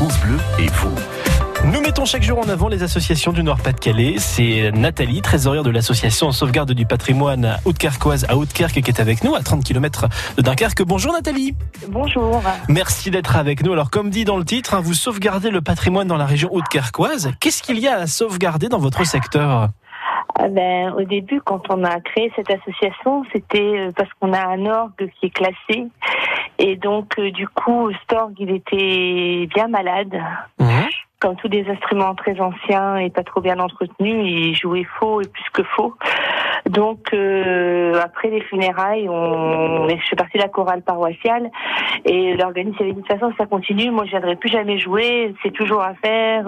France Bleu et vous. Nous mettons chaque jour en avant les associations du Nord-Pas-de-Calais. C'est Nathalie, trésorière de l'association Sauvegarde du patrimoine haute-carquoise à Haute-Kerque, qui est avec nous à 30 km de Dunkerque. Bonjour Nathalie. Bonjour. Merci d'être avec nous. Alors comme dit dans le titre, vous sauvegardez le patrimoine dans la région haute-carquoise. Qu'est-ce qu'il y a à sauvegarder dans votre secteur ? Au début, quand on a créé cette association, c'était parce qu'on a un orgue qui est classé. Et donc, du coup, cet orgue, il était bien malade. Comme tous des instruments très anciens et pas trop bien entretenus, il jouait faux et plus que faux. Donc, après les funérailles, je suis partie de la chorale paroissiale et l'organisme avait dit de toute façon, ça continue, moi je viendrai plus jamais jouer, c'est toujours à faire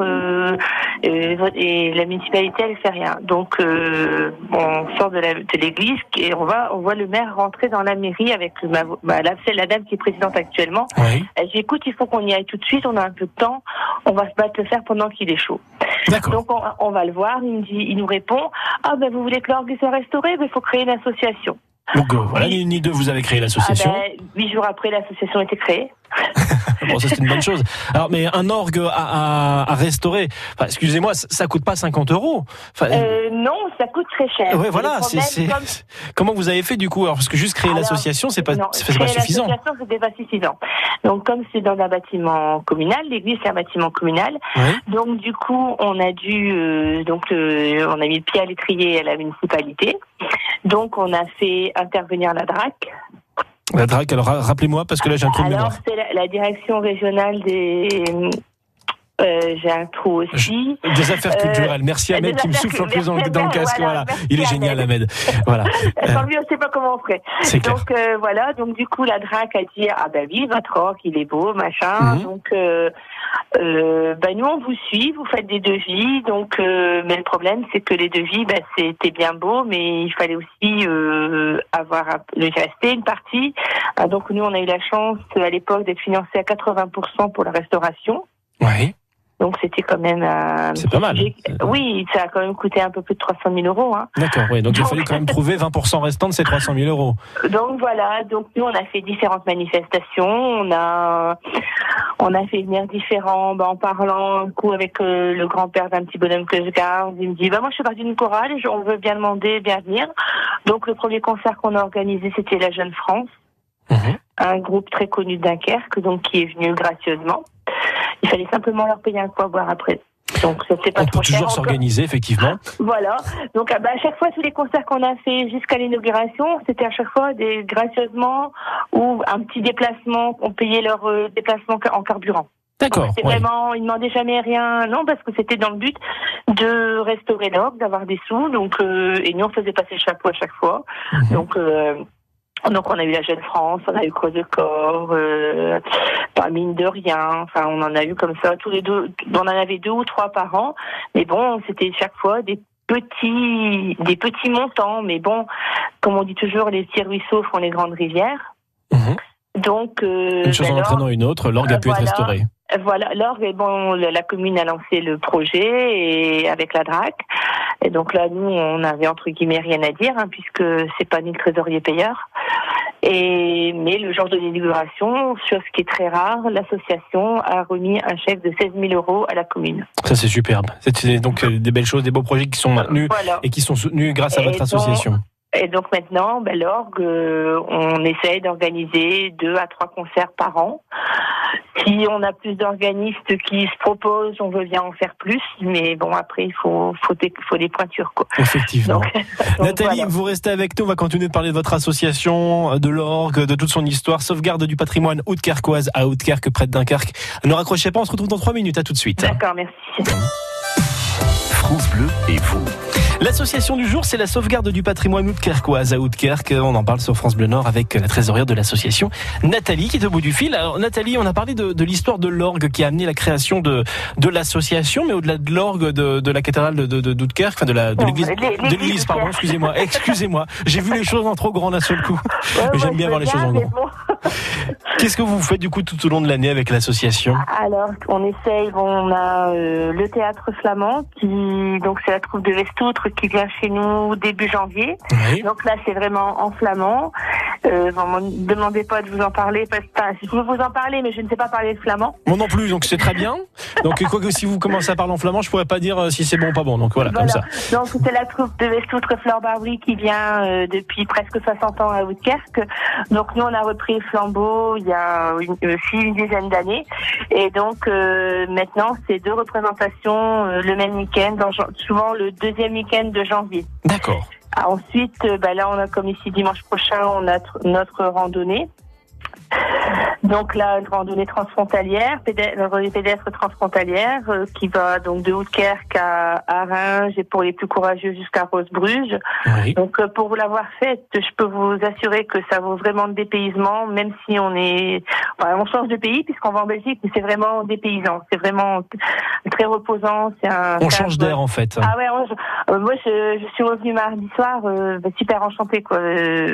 et la municipalité elle fait rien. Donc, on sort de l'église et on voit le maire rentrer dans la mairie avec la dame qui est présidente actuellement. Oui. Elle dit écoute, il faut qu'on y aille tout de suite, on a un peu de temps, on va se battre le faire pendant qu'il est chaud. D'accord. Donc on va le voir, il nous répond vous voulez que l'orgue soit restauré, il faut créer une association. Donc voilà, ni deux, vous avez créé l'association. 8 jours après, l'association a été créée. Bon, ça c'est une bonne chose. Alors, mais un orgue à restaurer, excusez-moi, ça coûte pas 50 €. Non, ça coûte très cher. Ouais, voilà. Comment vous avez fait du coup ? Alors, parce que juste créer l'association, c'est pas suffisant. L'association, c'était pas suffisant. Donc, comme c'est dans un bâtiment communal, l'église c'est un bâtiment communal. Oui. Donc, du coup, on a dû, on a mis le pied à l'étrier à la municipalité. Donc, on a fait intervenir la DRAC. La DRAC, alors rappelez-moi, parce que là j'ai un trou de mémoire. Alors, c'est la direction régionale des... j'ai un trou aussi. Des affaires culturelles. Merci Ahmed qui me souffle en plus dans le casque. Voilà. Il est génial Ahmed. Voilà. Tant mieux, je sais pas comment on ferait. C'est clair. Donc voilà, donc du coup la DRAC a dit oui, votre orgue il est beau, machin. Donc nous on vous suit, vous faites des devis. Donc mais le problème c'est que les devis c'était bien beau, mais il fallait aussi avoir le resté une partie. Donc nous on a eu la chance à l'époque d'être financé à 80% pour la restauration. Oui. Donc c'était quand même c'est pas mal. Oui, ça a quand même coûté un peu plus de 300 000 €. Hein. D'accord, oui. Donc il fallait quand même trouver 20% restant de ces 300 000 €. Donc voilà, donc nous on a fait différentes manifestations, on a fait venir différents, en parlant un coup avec le grand-père d'un petit bonhomme que je garde, il me dit moi je suis partie d'une chorale et on veut bien demander, bien venir. Donc le premier concert qu'on a organisé c'était la Jeune France, un groupe très connu de Dunkerque, donc qui est venu gracieusement. Il fallait simplement leur payer un coup à boire après. Donc ça c'est pas trop cher. On peut toujours s'organiser, effectivement. Voilà. Donc à chaque fois, tous les concerts qu'on a fait jusqu'à l'inauguration, c'était à chaque fois des gracieusement ou un petit déplacement. On payait leur déplacement en carburant. D'accord. C'était vraiment, ils demandaient jamais rien, non, parce que c'était dans le but de restaurer l'orgue, d'avoir des sous. Donc et nous on faisait passer le chapeau à chaque fois. Donc on a eu la Jeune France, on a eu Creux de Corps, pas mine de rien. Enfin on en a eu comme ça tous les deux. On en avait 2 ou 3 par an. Mais bon, c'était chaque fois des petits montants. Mais bon, comme on dit toujours, les petits ruisseaux font les grandes rivières. Donc une chose en entraînant une autre, l'orgue a pu être restauré. Voilà, l'orgue, la commune a lancé le projet et avec la DRAC. Et donc là, nous, on avait entre guillemets rien à dire, puisque c'est pas ni le trésorier payeur. Mais le jour de l'inauguration, chose qui est très rare, l'association a remis un chèque de 16 000 € à la commune. Ça, c'est superbe. C'est donc des belles choses, des beaux projets qui sont maintenus et qui sont soutenus grâce à votre association. Et donc maintenant, l'orgue, on essaye d'organiser 2 à 3 concerts par an. Si on a plus d'organistes qui se proposent, on veut bien en faire plus. Mais bon, après, il faut des pointures, quoi. Effectivement. Donc, Nathalie, voilà. vous restez avec nous. On va continuer de parler de votre association, de l'orgue, de toute son histoire. Sauvegarde du patrimoine haute-carquoise à Haute-Kerque, près de Dunkerque. Ne raccrochez pas, on se retrouve dans 3 minutes. À tout de suite. D'accord, merci. France Bleu et vous. L'association du jour, c'est la sauvegarde du patrimoine haute-carquoise à Haute-Kerque. On en parle sur France Bleu Nord avec la trésorière de l'association, Nathalie, qui est au bout du fil. Alors, Nathalie, on a parlé de l'histoire de l'orgue qui a amené la création de l'association, mais au-delà de l'orgue de la cathédrale d'Haute-Kerque, enfin de l'église, pardon, excusez-moi. J'ai vu les choses en trop grand d'un seul coup. Mais j'aime bien voir les choses en grand. Bon. Qu'est-ce que vous faites du coup tout au long de l'année avec l'association ? Alors, on essaye, on a le théâtre flamand, donc c'est la troupe de Westoutre qui vient chez nous début janvier. Oui. Donc là, c'est vraiment en flamand. Bon, ne me demandez pas de vous en parler, parce que je veux vous en parler, mais je ne sais pas parler le flamand. Moi non plus, donc c'est très bien. Donc quoi que si vous commencez à parler en flamand, je pourrais pas dire si c'est bon ou pas bon. Donc voilà. Comme ça. Donc c'est la troupe de Westoutre Fleur Barbry qui vient depuis presque 60 ans à Oudekerque. Donc nous, on a repris Flambeau il y a une dizaine d'années. Et donc maintenant, c'est 2 représentations le même week-end, souvent le deuxième week-end de janvier. D'accord. Ensuite, là, on a comme ici dimanche prochain, on a notre randonnée. Donc là, une randonnée transfrontalière, pédestre transfrontalière, qui va donc de Oudekerque à Reims et pour les plus courageux jusqu'à Rosebruges. Oui. Donc pour vous l'avoir faite, je peux vous assurer que ça vaut vraiment le dépaysement, même si on change de pays puisqu'on va en Belgique, mais c'est vraiment dépaysant. C'est vraiment très reposant. On change d'air en fait. Ah ouais, moi je suis revenue mardi soir, super enchantée quoi.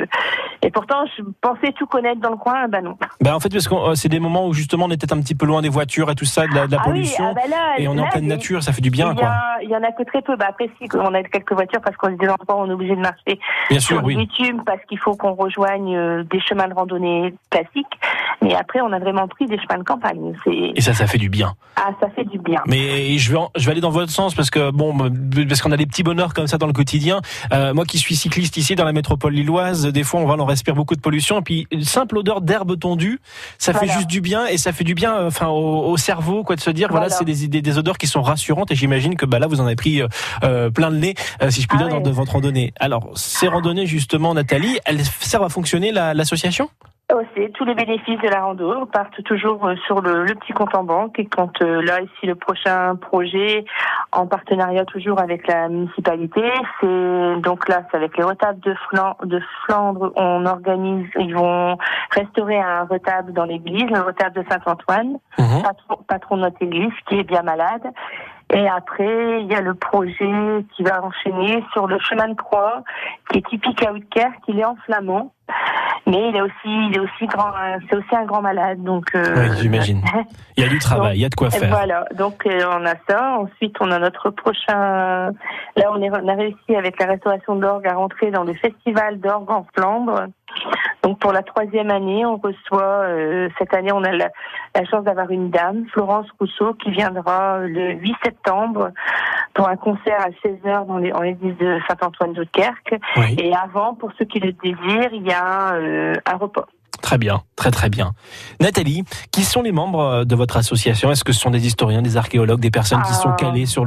Et pourtant je pensais tout connaître dans le coin, non. En fait, parce que c'est des moments où justement on était un petit peu loin des voitures et tout ça, de la pollution, et on est en pleine nature, ça fait du bien, quoi. Il y en a que très peu. Après, si on a quelques voitures parce qu'on est des endroits où on est obligé de marcher. Bien sûr, oui. Bitume parce qu'il faut qu'on rejoigne des chemins de randonnée classiques. Mais après, on a vraiment pris des chemins de campagne. Et ça fait du bien. Ah, ça fait du bien. Mais je vais aller dans votre sens parce qu'on a des petits bonheurs comme ça dans le quotidien. Moi qui suis cycliste ici dans la métropole lilloise, des fois on respire beaucoup de pollution et puis une simple odeur d'herbe tondue, ça fait juste du bien et ça fait du bien au cerveau quoi de se dire voilà c'est des odeurs qui sont rassurantes et j'imagine que là vous en avez pris plein le nez si je puis dire lors de votre randonnée. Alors ces randonnées justement Nathalie, elles servent à fonctionner l'association ? C'est tous les bénéfices de la rando partent toujours sur le petit compte en banque et quand là ici le prochain projet en partenariat toujours avec la municipalité, c'est avec les retables de Flandre, on organise, ils vont restaurer un retable dans l'église, le retable de Saint-Antoine, patron de notre église qui est bien malade. Et après, il y a le projet qui va enchaîner sur le chemin de croix, qui est typique à Oudekerque, il est en flamand. Mais il est aussi grand, c'est aussi un grand malade, donc. Oui, j'imagine. Il y a du travail, il y a de quoi faire. Voilà, donc on a ça. Ensuite, on a notre prochain. Là, on a réussi avec la restauration de l'orgue à rentrer dans le festival d'orgue en Flandre. Donc pour la 3e année, on reçoit cette année, on a la chance d'avoir une dame, Florence Rousseau, qui viendra le 8 septembre pour un concert à 16h dans l'église de Saint-Antoine d'Oudekerque. Oui. Et avant, pour ceux qui le désirent, il y a un repas. Très bien, très très bien. Nathalie, qui sont les membres de votre association ? Est-ce que ce sont des historiens, des archéologues, des personnes qui sont calées sur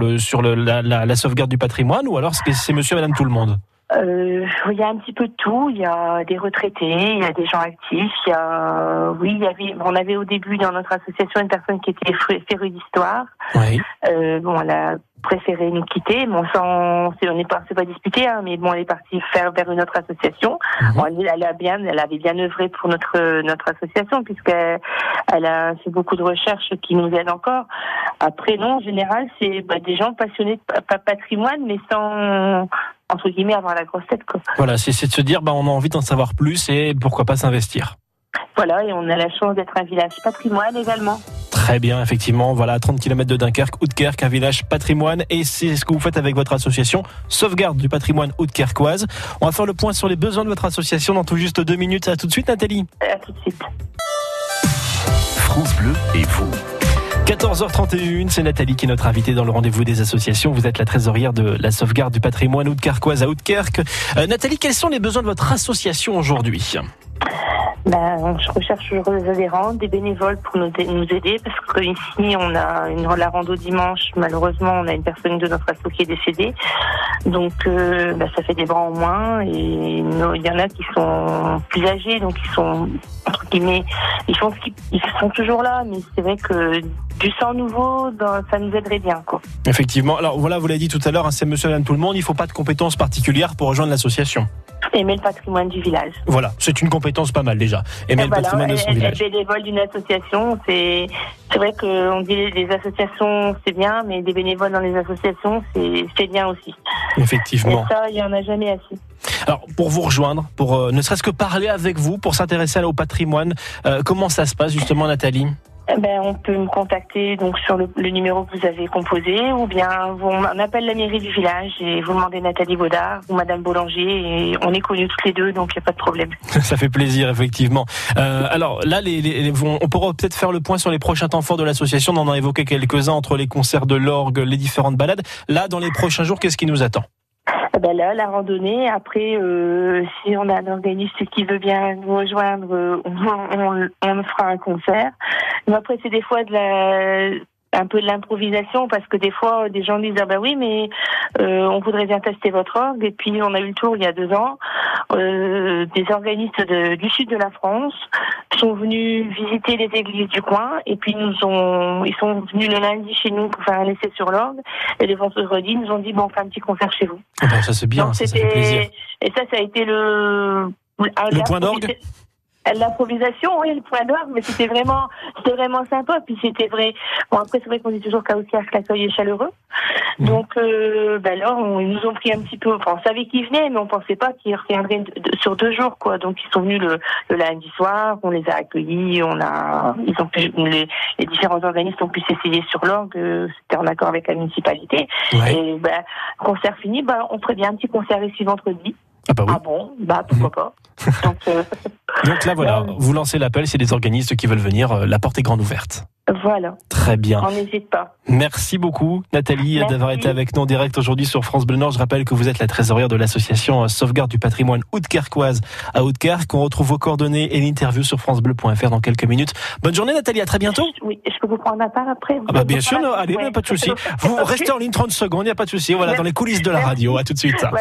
la sauvegarde du patrimoine ou alors est-ce que c'est monsieur et madame tout le monde ? Il y a un petit peu de tout. Il y a des retraités, il y a des gens actifs. On avait au début dans notre association une personne qui était férue d'histoire. Oui. Elle a préféré nous quitter. C'est pas disputé, mais elle est partie vers une autre association. Elle avait bien œuvré pour notre association puisqu'elle a fait beaucoup de recherches qui nous aident encore. Après, non, en général, c'est des gens passionnés de patrimoine, mais sans entre guillemets avoir la grosse tête, quoi. Voilà, c'est de se dire on a envie d'en savoir plus et pourquoi pas s'investir. Voilà, et on a la chance d'être un village patrimoine également. Très bien, effectivement, voilà, à 30 km de Dunkerque, Oudekerque, un village patrimoine, et c'est ce que vous faites avec votre association Sauvegarde du patrimoine oudekerquoise. On va faire le point sur les besoins de votre association dans tout juste 2 minutes. À tout de suite, Nathalie. À tout de suite. France Bleu et vous. 14h31, c'est Nathalie qui est notre invitée dans le rendez-vous des associations. Vous êtes la trésorière de la sauvegarde du patrimoine oudekerquoise à Oudekerque. Nathalie, quels sont les besoins de votre association aujourd'hui ? Je recherche toujours des adhérents, des bénévoles pour nous aider parce qu'ici on a la rando dimanche. Malheureusement, on a une personne de notre asso qui est décédée, donc ça fait des bras en moins. Et il y en a qui sont plus âgés, donc ils sont entre guillemets, ils sont toujours là, mais c'est vrai que du sang nouveau, ça nous aiderait bien, quoi. Effectivement. Alors voilà, vous l'avez dit tout à l'heure, c'est monsieur et madame tout le monde. Il faut pas de compétences particulières pour rejoindre l'association. Aimer le patrimoine du village. Voilà, c'est une compétence pas mal déjà. Aimer le patrimoine de son village. Être bénévole d'une association, c'est vrai qu'on dit les associations c'est bien, mais des bénévoles dans les associations c'est bien aussi. Effectivement. Et ça, il y en a jamais assez. Alors pour vous rejoindre, pour ne serait-ce que parler avec vous, pour s'intéresser au patrimoine, comment ça se passe justement, Nathalie ? On peut me contacter donc sur le numéro que vous avez composé, ou bien on appelle la mairie du village et vous demandez Nathalie Baudard ou Madame Boulanger, et on est connus toutes les deux, donc il n'y a pas de problème. Ça fait plaisir, effectivement. Alors là, on pourra peut-être faire le point sur les prochains temps forts de l'association. On en a évoqué quelques-uns entre les concerts de l'orgue, les différentes balades. Là, dans les prochains jours, qu'est-ce qui nous attend ? Là, la randonnée. Après, si on a un organisme qui veut bien nous rejoindre, on fera un concert. Mais après, c'est des fois un peu de l'improvisation, parce que des fois, des gens disent oui, mais on voudrait bien tester votre orgue. Et puis, on a eu le tour il y a 2 ans. Des organistes du sud de la France sont venus visiter les églises du coin, et puis ils sont venus le lundi chez nous pour faire un essai sur l'orgue, et le vendredi, ils nous ont dit on fait un petit concert chez vous. Ça c'est bien. Donc, ça fait plaisir. Et ça a été le point d'orgue. L'improvisation, oui, le point d'orgue, mais c'était vraiment sympa. Puis c'était vrai. Bon, après, c'est vrai qu'on dit toujours qu'à Haute-Kerque, l'accueil est chaleureux. Donc, là, ils nous ont pris un petit peu. Enfin, on savait qu'ils venaient, mais on pensait pas qu'ils reviendraient sur 2 jours, quoi. Donc, ils sont venus le lundi soir. On les a accueillis. Les différents organismes ont pu s'essayer sur l'orgue. C'était en accord avec la municipalité. Ouais. Et concert fini, on ferait bien un petit concert ici vendredi. Ah bah oui. Ah bon, pourquoi pas. Donc là, voilà, vous lancez l'appel, c'est des organistes qui veulent venir, la porte est grande ouverte. Voilà. Très bien. On n'hésite pas. Merci beaucoup, Nathalie, d'avoir été avec nous en direct aujourd'hui sur France Bleu Nord. Je rappelle que vous êtes la trésorière de l'association Sauvegarde du patrimoine Haute-Kerquoise à Haute-Kerque. On retrouve vos coordonnées et l'interview sur francebleu.fr dans quelques minutes. Bonne journée, Nathalie, à très bientôt. Oui, je peux vous prendre un part après. Bien sûr, allez, pas de souci. Vous restez en ligne 30 secondes, il n'y a pas de souci. Voilà, dans les coulisses de la radio. À tout de suite.